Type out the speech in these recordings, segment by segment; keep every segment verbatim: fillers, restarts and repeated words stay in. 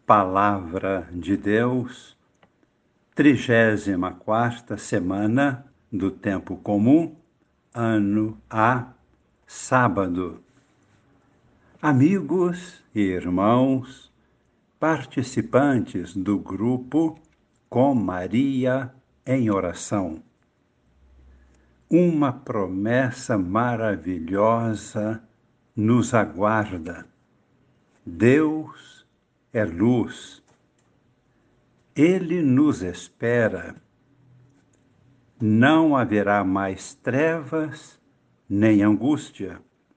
Palavra de Deus, trigésima quarta semana do Tempo Comum, ano A, sábado. Amigos e irmãos, participantes do grupo Com Maria em Oração. Uma promessa maravilhosa nos aguarda. Deus é luz. Ele nos espera. Não haverá mais trevas nem angústia.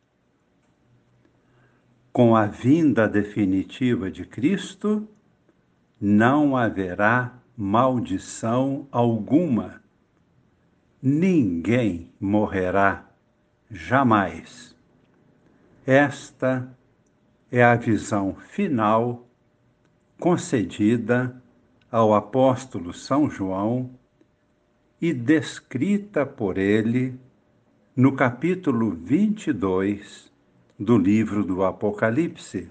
Com a vinda definitiva de Cristo, não haverá maldição alguma. Ninguém morrerá, jamais. Esta é a visão final concedida ao apóstolo São João e descrita por ele no capítulo vinte e dois do livro do Apocalipse.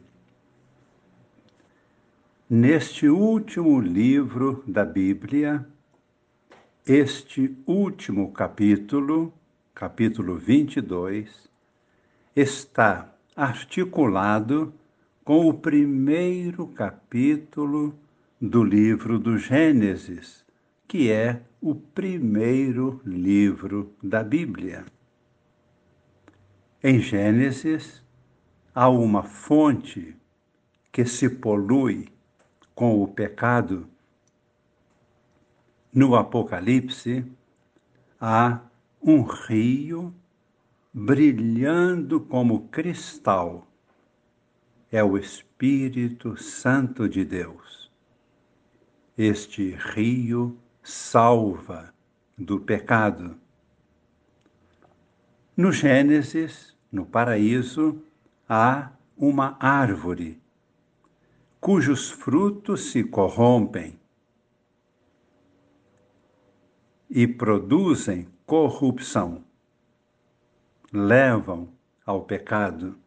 Neste último livro da Bíblia, este último capítulo, capítulo vinte e dois, está articulado com o primeiro capítulo do livro do Gênesis, que é o primeiro livro da Bíblia. Em Gênesis, há uma fonte que se polui com o pecado. No Apocalipse, há um rio brilhando como cristal. É o Espírito Santo de Deus. Este rio salva do pecado. No Gênesis, no paraíso, há uma árvore cujos frutos se corrompem e produzem corrupção, levam ao pecado.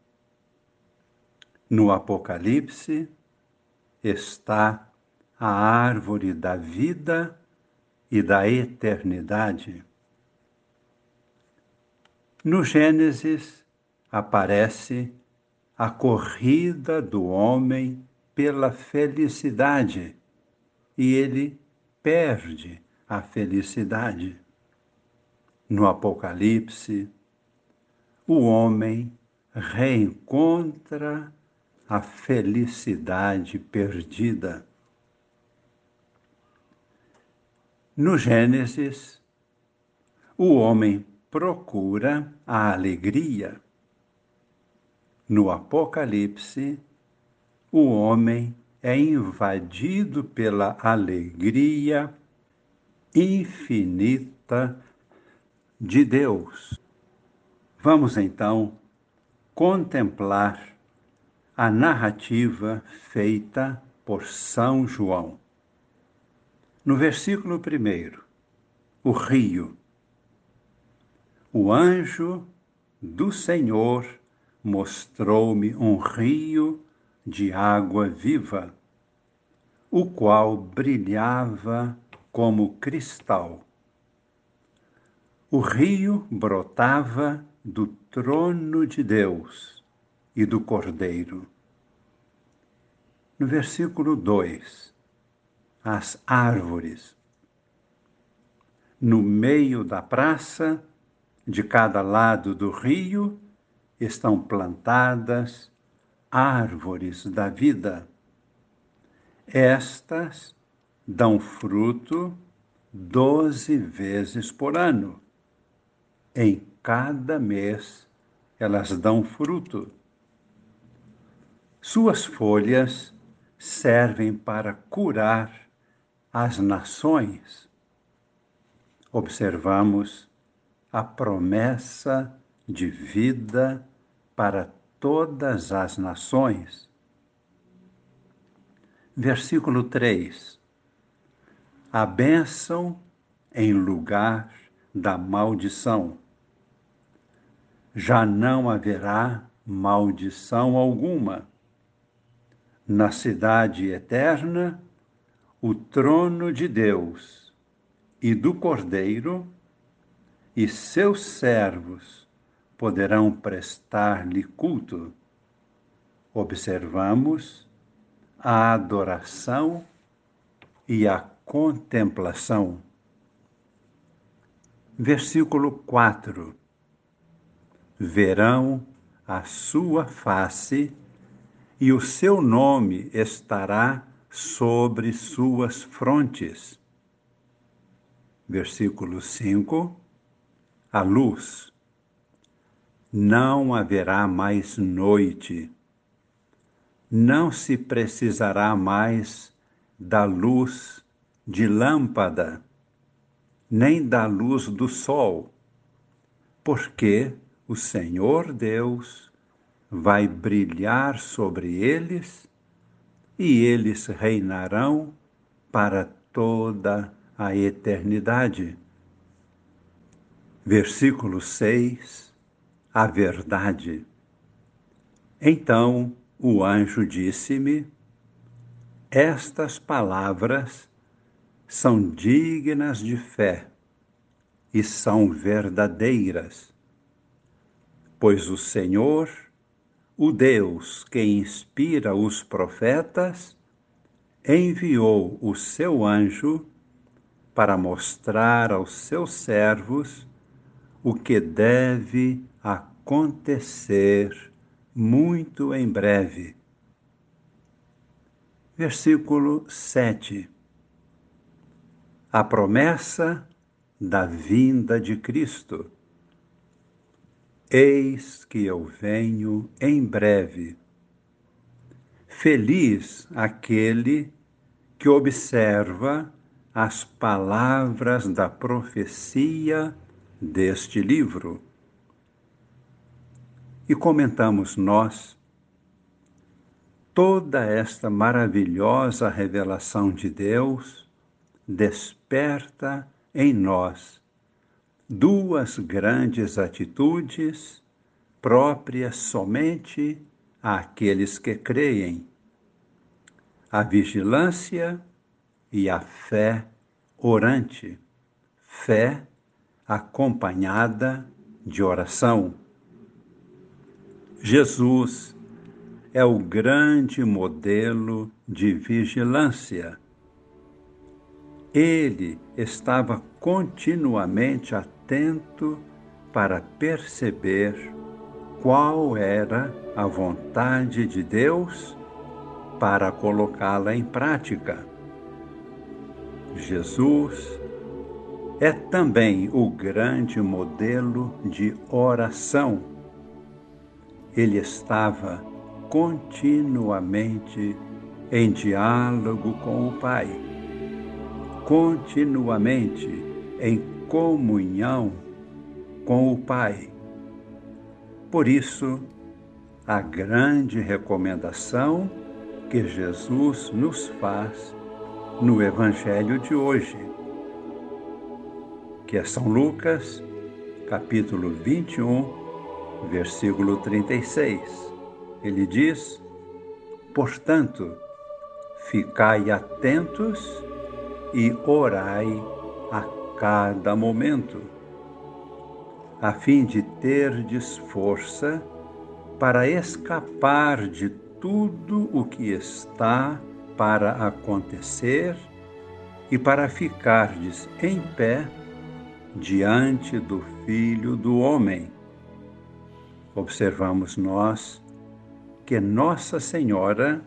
No Apocalipse está a árvore da vida e da eternidade. No Gênesis aparece a corrida do homem pela felicidade e ele perde a felicidade. No Apocalipse, o homem reencontra a felicidade perdida. No Gênesis, o homem procura a alegria. No Apocalipse, o homem é invadido pela alegria infinita de Deus. Vamos então contemplar a narrativa feita por São João. No versículo primeiro, o rio. O anjo do Senhor mostrou-me um rio de água viva, o qual brilhava como cristal. O rio brotava do trono de Deus e do Cordeiro. No versículo dois, as árvores. No meio da praça, de cada lado do rio, estão plantadas árvores da vida. Estas dão fruto doze vezes por ano. Em cada mês elas dão fruto. Suas folhas servem para curar as nações. Observamos a promessa de vida para todas as nações. Versículo três. A bênção em lugar da maldição. Já não haverá maldição alguma. na cidade eterna, o trono de Deus e do Cordeiro, e seus servos poderão prestar-lhe culto. Observamos a adoração e a contemplação. Versículo quatro. Verão a sua face e o seu nome estará sobre suas frontes. Versículo cinco. A luz. Não haverá mais noite. Não se precisará mais da luz de lâmpada, nem da luz do sol, porque o Senhor Deus vai brilhar sobre eles e eles reinarão para toda a eternidade. Versículo seis. A verdade. Então o anjo disse-me: estas palavras são dignas de fé e são verdadeiras, pois o Senhor, o Deus que inspira os profetas, enviou o seu anjo para mostrar aos seus servos o que deve acontecer muito em breve. Versículo sete. A promessa da vinda de Cristo. Eis que eu venho em breve. Feliz aquele que observa as palavras da profecia deste livro. E comentamos nós, toda esta maravilhosa revelação de Deus desperta em nós duas grandes atitudes próprias somente àqueles que creem: a vigilância e a fé orante, fé acompanhada de oração. Jesus é o grande modelo de vigilância. Ele estava continuamente atento para perceber qual era a vontade de Deus para colocá-la em prática. Jesus é também o grande modelo de oração. Ele estava continuamente em diálogo com o Pai, continuamente em comunhão com o Pai. Por isso, a grande recomendação que Jesus nos faz no Evangelho de hoje, que é São Lucas, capítulo vinte e um, versículo trinta e seis. Ele diz: portanto, ficai atentos e orai a cada momento, a fim de terdes força para escapar de tudo o que está para acontecer e para ficardes em pé diante do Filho do Homem. Observamos nós que Nossa Senhora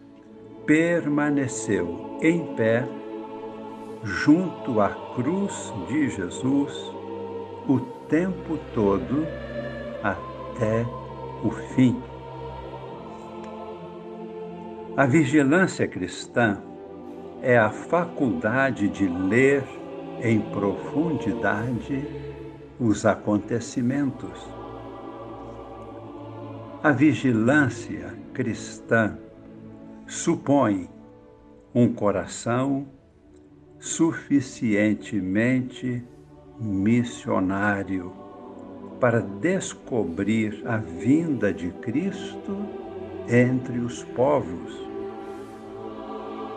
permaneceu em pé junto à cruz de Jesus o tempo todo até o fim. A vigilância cristã é a faculdade de ler em profundidade os acontecimentos. A vigilância cristã supõe um coração suficientemente missionário para descobrir a vinda de Cristo entre os povos.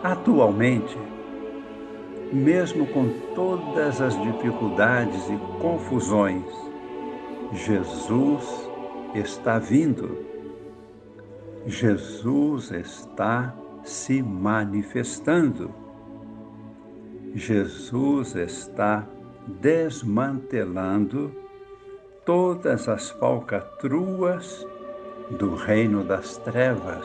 Atualmente, mesmo com todas as dificuldades e confusões, Jesus está vindo. Jesus está se manifestando. Jesus está desmantelando todas as falcatruas do reino das trevas.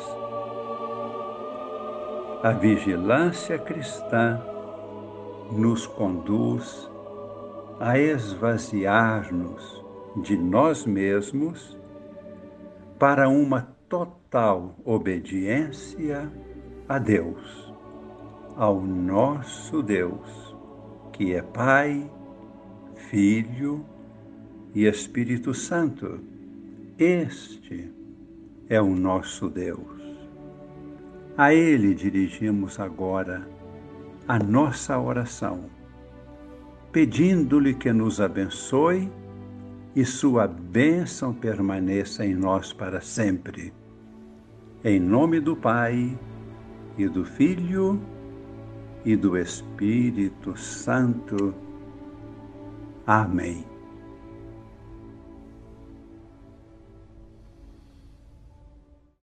A vigilância cristã nos conduz a esvaziar-nos de nós mesmos para uma total obediência a Deus, ao nosso Deus, que é Pai, Filho e Espírito Santo. Este é o nosso Deus. A Ele dirigimos agora a nossa oração, pedindo-lhe que nos abençoe e sua bênção permaneça em nós para sempre. Em nome do Pai, e do Filho, e do Espírito Santo. Amém.